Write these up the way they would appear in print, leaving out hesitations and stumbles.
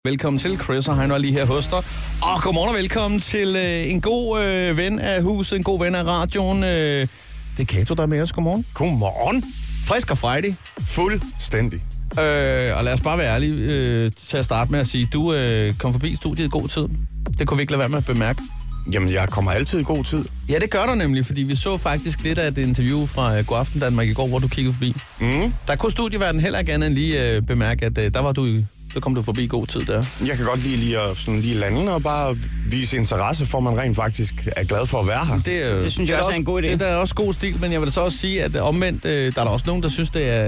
Velkommen til, Chris og Heino er lige her hos dig. Og godmorgen og velkommen til en god ven af huset, en god ven af radioen. Det er Kato, der er med os. Godmorgen. Godmorgen. Frisk og Friday. Fuldstændig. Og lad os bare være ærlige til at starte med at sige, du kom forbi studiet i god tid. Det kunne vi ikke lade være med at bemærke. Jamen, jeg kommer altid i god tid. Ja, det gør du nemlig, fordi vi så faktisk lidt af et interview fra Godaften Danmark i går, hvor du kiggede forbi. Der kunne studieverdenen heller ikke andet end lige bemærke, at så kom du forbi god tid der. Jeg kan godt lide at lige lande og bare vise interesse for, at man rent faktisk er glad for at være her. Det synes jeg også er en god idé. Det er også god stil, men jeg vil da så også sige, at omvendt, der er der også nogen, der synes, det er...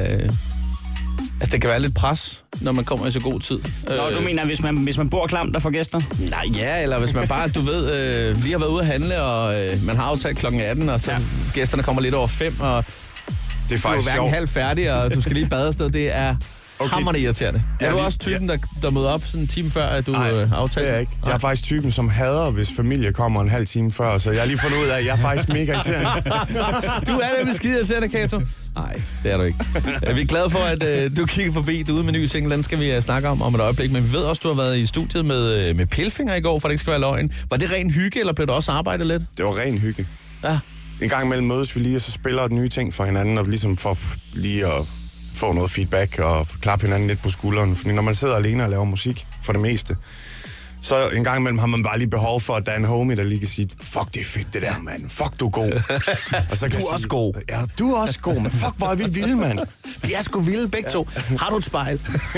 Altså, det kan være lidt pres, når man kommer i så god tid. Nå, du mener, hvis man bor klamt og får gæster? Nej, ja, eller hvis man bare, du ved, lige har været ude at handle, og man har aftalt klokken 18, og så gæsterne kommer lidt over 5, og det er faktisk du er hverken halvt færdig, og du skal lige bade afsted. Det er hamrende irriterende. Er du også typen, der møder op sådan en time før, at du aftalte? det er jeg ikke. Jeg er faktisk typen, som hader, hvis familie kommer en halv time før, så jeg har lige fundet ud af, at jeg er faktisk mega irriterende. Du er nemlig skide irriterende, Kato. Nej, det er du ikke. Vi er glade for, at du kigger forbi derude med ny single. Den skal vi snakke om et øjeblik. Men vi ved også, du har været i studiet med Pilfinger i går, for det ikke skal være løgn. Var det ren hygge, eller blev du også arbejdet lidt? Det var ren hygge. Ja. En gang imellem mødes vi lige, og så spiller nye ting for hinanden, og ligesom for lige at få noget feedback og klappe hinanden lidt på skulderen. Fordi når man sidder alene og laver musik, for det meste, så en gang imellem har man bare lige behov for, at der er en homie, der lige kan sige, fuck, det er fedt det der, mand. Fuck, du er god. Og så kan du er også god. Ja, du er også god, men fuck, hvor er vi vilde, mand. Vi er sgu vilde begge to. Har du et spejl?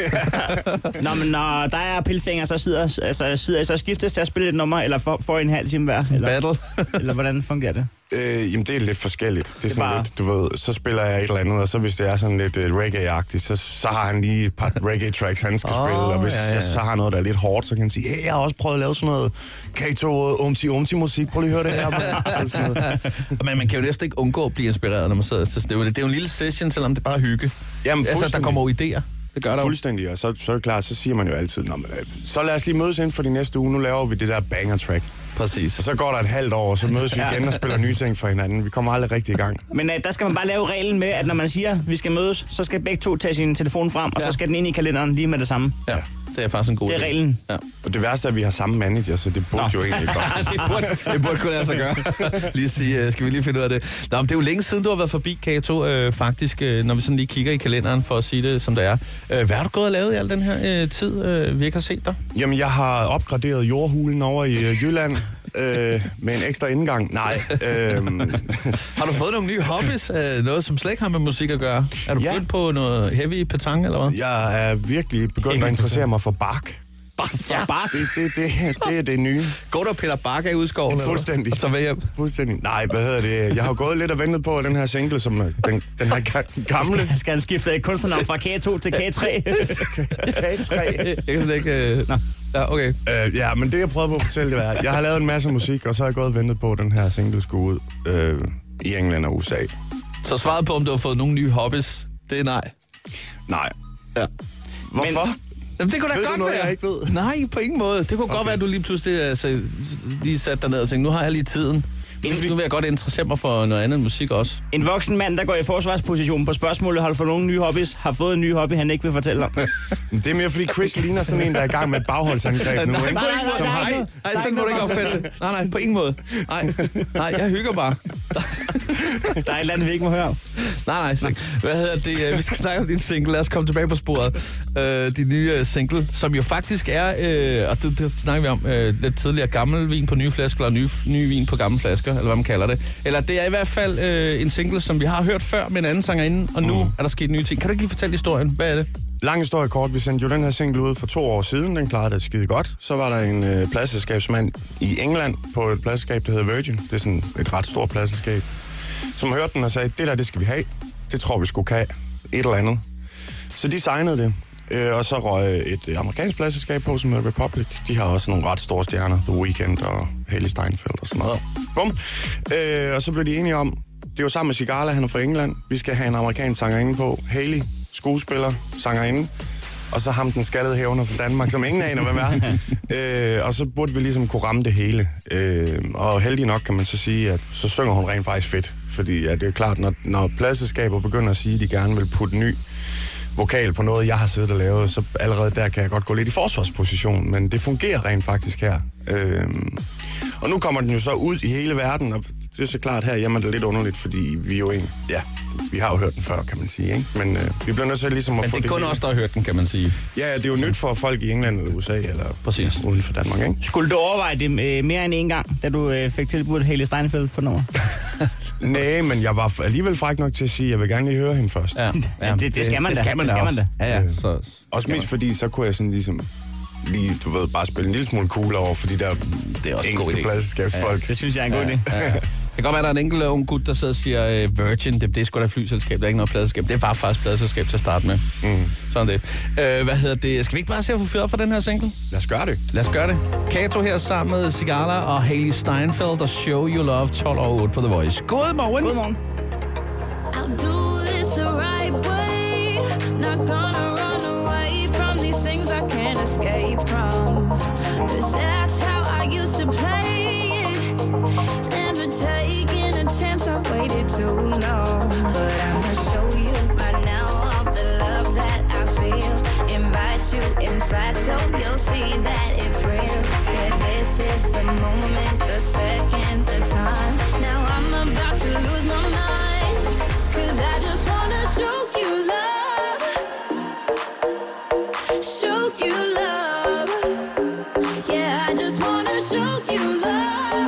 Nå, men når der er Pilfinger, så skiftes til at spille et nummer, eller får en halv time hver? Eller, battle. Eller hvordan fungerer det? Jamen, det er lidt forskelligt. Det er sådan bare... lidt, du ved, så spiller jeg et eller andet, og så hvis det er sådan lidt reggae-agtigt, så har han lige et par reggae-tracks, han skal spille, og hvis jeg så har noget, der er lidt hårdt, så kan han sige, hey, jeg har også prøvet at lave sådan noget Kato umti-musik, prøv lige at høre det her. Men man kan jo næsten ikke undgå at blive inspireret, når man sidder til det. Det er jo en lille session, selvom det bare er hygge. Jamen, altså, der kommer jo idéer. Det gør der fuldstændig, og så er det klart, så siger man jo altid, så lad os lige mødes ind for de næste uge, nu laver vi det der banger-track. Præcis. Og så går der et halvt år, og så mødes vi igen og spiller nye ting for hinanden. Vi kommer aldrig rigtig i gang. Men der skal man bare lave reglen med, at når man siger, at vi skal mødes, så skal begge to tage sin telefon frem, og så skal den ind i kalenderen lige med det samme. Ja, det er faktisk en god idé. Det er reglen. Ja. Og det værste er, at vi har samme manager, så det burde jo egentlig godt. det burde kunne lade sig gøre. Lige sige, skal vi lige finde ud af det. Nå, men det er jo længe siden, du har været forbi, Kato, faktisk, når vi sådan lige kigger i kalenderen for at sige det, som det er. Hvad har du gået og lavet i al den her tid, vi ikke har set dig? Jamen, jeg har opgraderet jordhulen over i Jylland. Med en ekstra indgang. Nej. Har du fået nogle nye hobbies? Noget, som slet ikke har med musik at gøre? Er du begyndt på noget heavy petanque, eller hvad? Jeg er virkelig begyndt at interessere mig for bark. Bark? Det er det nye. Går du og piller bark af ud i skoven? Fuldstændig. Og tager med hjem? Fuldstændig. Nej, hvad hedder det? Jeg har gået lidt og ventet på den her single, som den her gamle... Skal han skifte kunstnernavn fra K2 til K3? K3? Jeg kan ikke... Ja, okay. Ja, men det jeg prøvede på at fortælle, det var, jeg har lavet en masse musik, og så har jeg gået og ventet på, at den her single skulle ud i England og USA. Så svaret på, om du har fået nogle nye hobbies, det er nej? Nej. Ja. Hvorfor? Jamen, det kunne da godt noget, være. Jeg ikke ved? Nej, på ingen måde. Det kunne godt være, at du lige pludselig lige satte dig ned og tænkte, nu har jeg lige tiden. Nu vil jeg godt interessere mig for noget andet musik også. En voksen mand, der går i forsvarsposition på spørgsmålet, har du fået nogle nye hobbies, har fået en ny hobby, han ikke vil fortælle om. Det er mere, fordi Chris ligner sådan en, der er i gang med et bagholdsangreb nu. Nej, sådan må du ikke opfatte det. Nej, på ingen måde. Nej, jeg hygger bare. Der er et eller andet, vi ikke må høre. Nej, hvad hedder det? Vi skal snakke om din single. Lad os komme tilbage på sporet. Din nye single, som jo faktisk er, og det snakker vi om lidt tidligere, gammel vin på nye flasker, eller ny vin på gamle flasker, eller hvad man kalder det. Eller det er i hvert fald en single, som vi har hørt før med en anden sangerinde, og nu er der sket nye ting. Kan du ikke lige fortælle historien? Hvad er det? Lang historie kort. Vi sendte jo den her single ud for 2 år siden. Den klarede det skide godt. Så var der en pladselskabsmand i England på et pladselskab, der hedder Virgin. Det er sådan et ret stort pladselskab. Som hørte den og sagde, det skal vi have. Det tror vi skulle have. Et eller andet. Så de signede det. Og så røg et amerikansk pladselskab på, som hedder Republic. De har også nogle ret store stjerner. The Weeknd og Hailee Steinfeld og sådan noget. Bum. Og så blev de enige om, det var sammen med Sigala, han er fra England. Vi skal have en amerikansk sangerinde på. Hailee, skuespiller, sangerinde. Og så ham den skaldede hævner fra Danmark, som ingen aner, hvem er. Og så burde vi ligesom kunne ramme det hele. Og heldig nok kan man så sige, at så synger hun rent faktisk fedt. Fordi det er klart, når pladselskaber begynder at sige, at de gerne vil putte ny vokal på noget, jeg har siddet og lavet, så allerede der kan jeg godt gå lidt i forsvarsposition, men det fungerer rent faktisk her. Og nu kommer den jo så ud i hele verden, og det er så klart her, jamen det er lidt underligt, fordi vi jo vi har jo hørt den før, kan man sige, ikke? Men vi bliver nødt til ligesom at få det. Men det er kun os, der har hørt den, kan man sige. Ja, det er jo nyt for folk i England eller USA, eller præcis. Uden for Danmark, ikke? Skulle du overveje det mere end en gang, da du fik tilbudt Hailee Steinfeld på nummer? Nej, men jeg var alligevel fræk nok til at sige, at jeg vil gerne lige høre hende først. Ja, det skal man da. Det skal man da. Ja. Så også mest fordi, så kunne jeg sådan ligesom du ved, bare spille en lille smule cool over, fordi der er engelske pladselskabsfolk. Ja, det synes jeg er en god idé. Ja. Det kan godt være, at der er en enkelt ung gut, der sidder og siger, Virgin, det er sgu da flyselskab, der er ikke noget pladselskab. Det er bare faktisk pladselskab til at starte med. Sådan det. Skal vi ikke bare se at få fyret for den her single? Lad os gøre det. Kato her sammen med Sigala og Hailee Steinfeld og Show You Love 12:08 på The Voice. Godmorgen. Godmorgen. I'll do this the right way. Not gonna run away from these things I can't escape from. 'Cause that's how I used to play it. Never taking a chance, I've waited too long. But I'ma show you right now all the love that I feel. Invite you inside so you'll see that it's real. Yeah, this is the moment, the second, the time. Now I'm about to lose my mind. 'Cause I just wanna show you love. Show you love. Yeah, I just wanna show you love.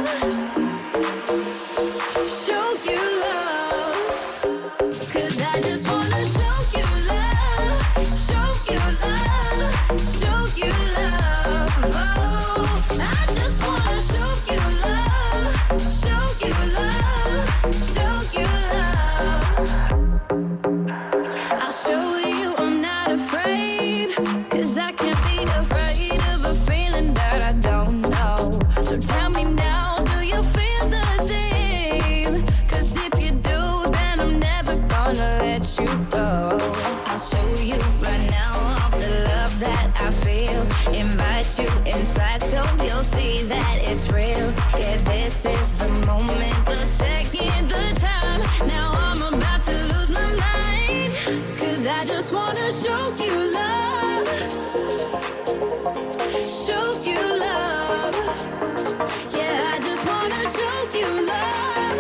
Show you love. 'Cause I just wanna show you love. Show you love. Show you love. Oh, I just wanna show you love. Show you love. Show you love. I'll show you I'm not afraid. 'Cause I can't be afraid of a feeling that I don't know. So tell me now, do you feel the same? 'Cause if you do, then I'm never gonna let you go. I'll show you right now all the love that I feel. Invite you inside so you'll see that it's real. Yeah, this is the moment, the second, the time. Now I'm about to lose my mind. 'Cause I just wanna show you love. Show you love. Yeah, I just wanna show you love.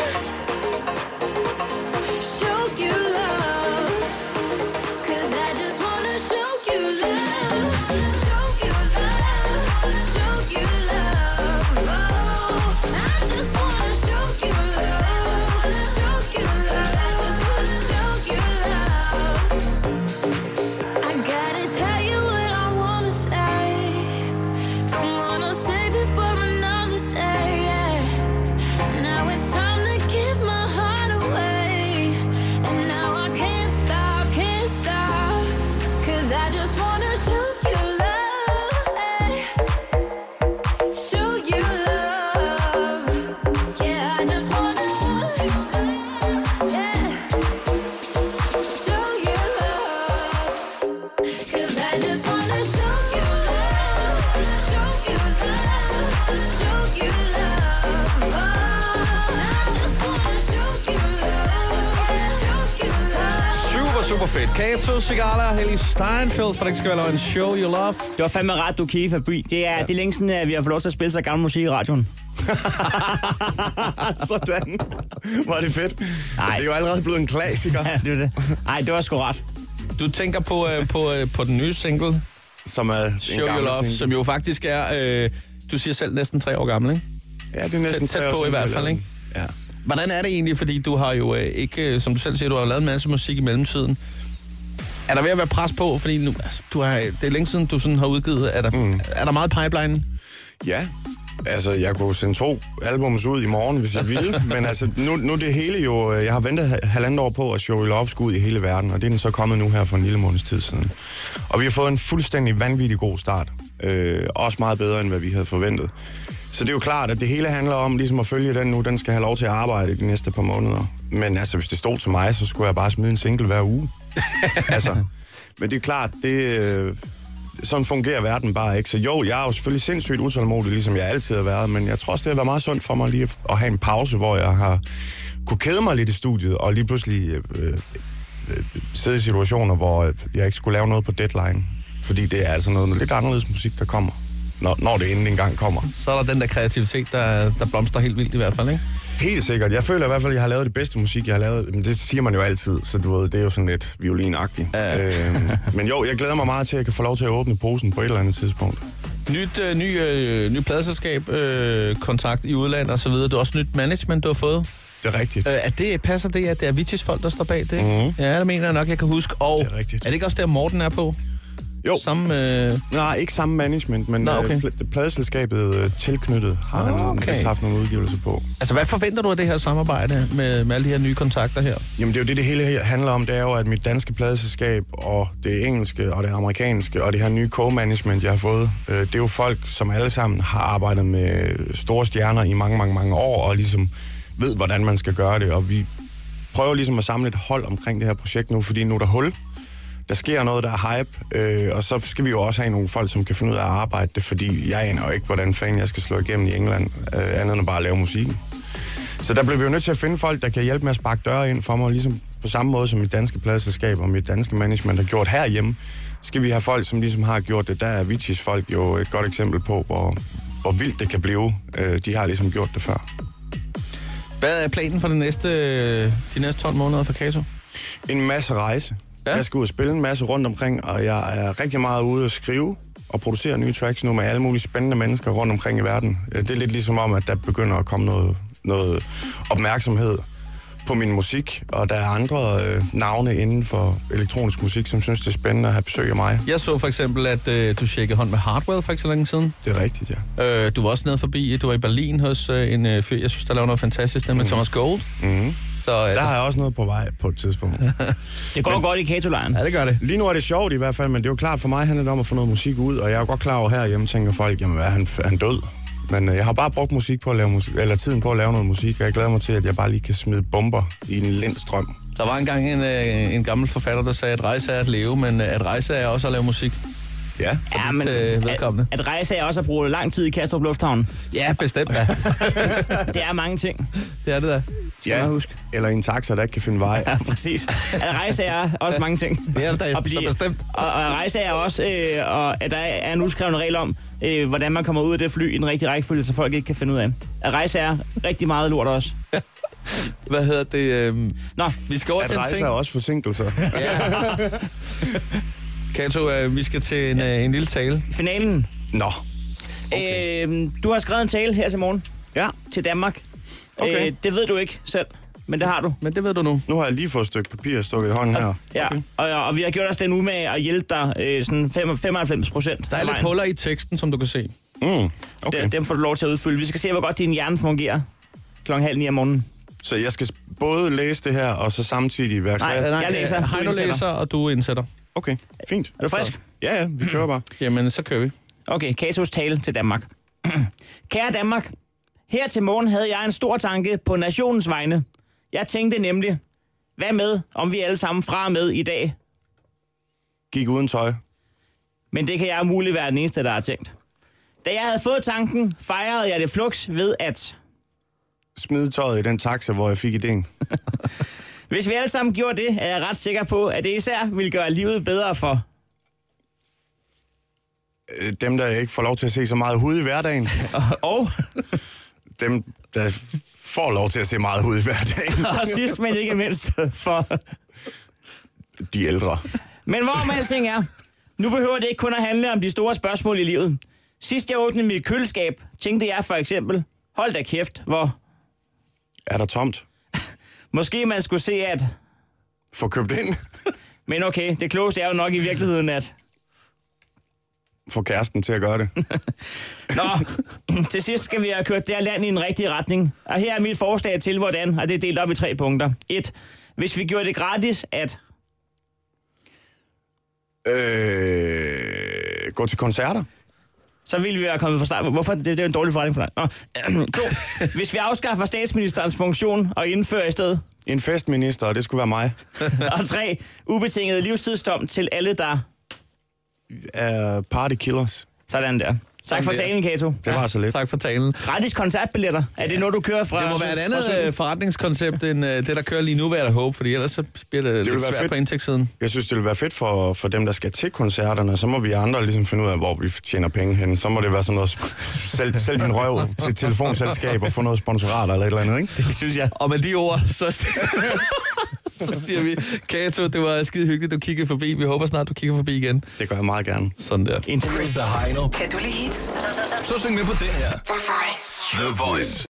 Show you love. 'Cause I just wanna show you love. Show you love. Show you love. Oh, I just wanna show you love. Show you love. Show you love. I gotta tell you what I wanna say. Don't wanna save it for another day, yeah. Now it's time to give my heart away. And now I can't stop, can't stop. 'Cause I just wanna show you love, eh. Show you love. Yeah, I just wanna, yeah. Show you love. 'Cause I just wanna show you love. Show you love. Show you love. Oh, I just wanna show you love. Show you love. super fedt. Kato, Sigala og Hailee Steinfeld, for det ikke skal være en Show You Love. Det var fandme ret, du kigge, Fabry. Det er længe siden, at vi har fået lov til at spille så gammel musik i radioen. Sådan. Var det fedt? Nej. Det er jo allerede blevet en klassiker. Ja, det var det. Ej, det var sgu ret. Du tænker på den nye single, Som er Show You Love, som jo faktisk er, du siger selv, næsten 3 år gammel, ikke? Ja, det er næsten Tæt 3 år på i siden, hvert vi fald, lavede ikke? den. Ja. Hvordan er det egentlig, fordi du har jo ikke, som du selv siger, du har lavet en masse musik i mellemtiden. Er der ved at være pres på, fordi nu, altså, det er længe siden, du sådan har udgivet. Er der meget pipeline? Ja, altså jeg kunne sende 2 albums ud i morgen, hvis jeg ville. Men altså nu det hele jo, jeg har ventet 1,5 år på, at Show You Love skulle ud i hele verden, og det er den så kommet nu her for en lille måneds tid siden. Og vi har fået en fuldstændig vanvittig god start. Også meget bedre, end hvad vi havde forventet. Så det er jo klart, at det hele handler om ligesom at følge den nu. Den skal have lov til at arbejde de næste par måneder. Men altså, hvis det stod til mig, så skulle jeg bare smide en single hver uge. Altså, men det er klart, sådan fungerer verden bare ikke. Så jo, jeg er jo selvfølgelig sindssygt utålmodig, ligesom jeg altid har været, men jeg tror også, det har været meget sundt for mig lige at have en pause, hvor jeg har kunne kede mig lidt i studiet, og lige pludselig sidde i situationer, hvor jeg ikke skulle lave noget på deadline. Fordi det er altså noget lidt anderledes musik, der kommer, når det endelig engang kommer. Så er der den der kreativitet, der blomstrer helt vildt i hvert fald, ikke? Helt sikkert. Jeg føler i hvert fald, at jeg har lavet det bedste musik, jeg har lavet. Men det siger man jo altid, så du ved, det er jo sådan lidt violinagtigt. Men jo, jeg glæder mig meget til, at jeg kan få lov til at åbne posen på et eller andet tidspunkt. Ny pladeselskab, kontakt i udlandet og så videre. Du har også nyt management, du har fået. Det er rigtigt. Passer det, at det er Aviciis folk, der står bag det, ikke? Mm-hmm. Ja, det mener jeg nok, jeg kan huske. Og det er rigtigt. Er det ikke også der, Morten er på? Jo. Samme, Nej, ikke samme management, men pladeselskabet tilknyttet har han haft nogle udgivelser på. Altså, hvad forventer du af det her samarbejde med alle de her nye kontakter her? Jamen, det er jo det hele her handler om. Det er jo, at mit danske pladeselskab og det engelske og det amerikanske og det her nye co-management, jeg har fået, det er jo folk, som alle sammen har arbejdet med store stjerner i mange, mange, mange år og ligesom ved, hvordan man skal gøre det. Og vi prøver ligesom at samle et hold omkring det her projekt nu, fordi nu er der hul. Der sker noget, der er hype, og så skal vi jo også have nogle folk, som kan finde ud af at arbejde det, fordi jeg aner jo ikke, hvordan fanden jeg skal slå igennem i England, andet end bare at lave musikken. Så der bliver vi jo nødt til at finde folk, der kan hjælpe med at sparke døre ind for mig, ligesom på samme måde som mit danske pladeselskab og mit danske management har gjort herhjemme. Skal vi have folk, som ligesom har gjort det. Der er Aviciis folk jo et godt eksempel på, hvor vildt det kan blive. De har ligesom gjort det før. Hvad er planen for de næste 12 måneder for Kato? En masse rejse. Ja. Jeg skal ud og spille en masse rundt omkring, og jeg er rigtig meget ude at skrive og producere nye tracks nu med alle mulige spændende mennesker rundt omkring i verden. Det er lidt ligesom om, at der begynder at komme noget opmærksomhed på min musik, og der er andre navne inden for elektronisk musik, som synes, det er spændende at have besøg af mig. Jeg så for eksempel, at du shakede hånd med Hardwell for ikke så længe siden. Det er rigtigt, ja. Du var også nede forbi, du var i Berlin hos en fyr, jeg synes, der laver noget fantastisk, nemlig Thomas Gold. Mm-hmm. Så, der har jeg også noget på vej på et tidspunkt. Det går godt i Kato-lejren. Ja, det gør det. Lige nu er det sjovt i hvert fald, men det er jo klart for mig, handler det om at få noget musik ud, og jeg er jo godt klar over herhjemme, tænker folk, jamen er han død? Men jeg har bare brugt musik på at lave tiden på at lave noget musik, og jeg glæder mig til, at jeg bare lige kan smide bomber i en lindstrøm. Der var engang en gammel forfatter, der sagde, at rejse er at leve, men at rejse er også at lave musik. Ja, men at rejse er også at bruge lang tid i Kastrup Lufthavn. Ja, bestemt, ja. Det er mange ting. Det er det da. Skal man huske. Eller en taxa, der ikke kan finde vej. Ja, præcis. At rejse er også mange ting. Det er det da, så bestemt. Og at rejse er også, at der er en uskreven regel om, hvordan man kommer ud af det fly i den rigtige rækkefølge, så folk ikke kan finde ud af. At rejse er rigtig meget lort også. Hvad hedder det? Nå, vi skal over til en ting. At rejse er også forsinkelser. Ja. Kato, vi skal til en lille tale. Finalen. Nå. Okay. Du har skrevet en tale her til morgen. Ja. Til Danmark. Okay. Det ved du ikke selv, men det har du. Men det ved du nu. Nu har jeg lige fået et stykke papir stukket i hånden her. Ja, okay. og vi har gjort os den uge med at hjælpe dig sådan 95%. Der er lidt huller i teksten, som du kan se. Okay. Dem får du lov til at udfylde. Vi skal se, hvor godt din hjerne fungerer 8:30 om morgenen. Så jeg skal både læse det her, og så samtidig være Nej, jeg læser. Heino læser, og du indsætter. Okay, fint. Er du frisk? Så. Ja, vi kører bare. Jamen, så kører vi. Okay, Katos tale til Danmark. Kære Danmark, her til morgen havde jeg en stor tanke på nationens vegne. Jeg tænkte nemlig, hvad med, om vi alle sammen fra og med i dag? Gik uden tøj. Men det kan jeg umuligt være den eneste, der har tænkt. Da jeg havde fået tanken, fejrede jeg det fluks ved at... smide tøjet i den taxa, hvor jeg fik idéen. Hvis vi alle sammen gjorde det, er jeg ret sikker på, at det især ville gøre livet bedre for... Dem, der ikke får lov til at se så meget hud i hverdagen. Og? Dem, der får lov til at se meget hud i hverdagen. Og sidst, men ikke mindst for... de ældre. Men hvorom alting er, nu behøver det ikke kun at handle om de store spørgsmål i livet. Sidst jeg åbnede mit køleskab, tænkte jeg for eksempel, hold da kæft, hvor... Er der tomt? Måske man skulle se, at... Få købt ind. Men okay, det klogeste er jo nok i virkeligheden, at... Få kæresten til at gøre det. Nå, til sidst skal vi have kørt det her land i en rigtig retning. Og her er mit forslag til, hvordan, og det er delt op i 3 punkter. 1. Hvis vi gjorde det gratis, at... Gå til koncerter. Så ville vi være kommet fra start. Hvorfor? Det er en dårlig forretning for dig. 2. Hvis vi afskaffer statsministerens funktion og indfører i stedet... En festminister, og det skulle være mig. Og 3. Ubetinget livstidsdom til alle, der... Party killers. Sådan der. Tak for talen, Kato. Det var så lidt. Tak for talen. Gratis koncertbilletter. Er det noget, du kører fra? Det må være et andet forretningskoncept, end det, der kører lige nu, hvad jeg da håbe, fordi ellers så bliver det lidt svært fedt på indtægtssiden. Jeg synes, det vil være fedt for dem, der skal til koncerterne. Så må vi andre ligesom finde ud af, hvor vi tjener penge hen. Så må det være sådan noget, sælg din røv til telefonselskab og få noget sponsorat eller et eller andet, ikke? Det synes jeg. Og med de ord, så siger vi, Kato, det var skide hyggeligt, du kiggede forbi. Vi håber snart, du kigger forbi igen. Det gør jeg meget gerne. Sådan der. Chris og Heino. Kan du lide hits? Så syng med på den her. The Voice. The Voice.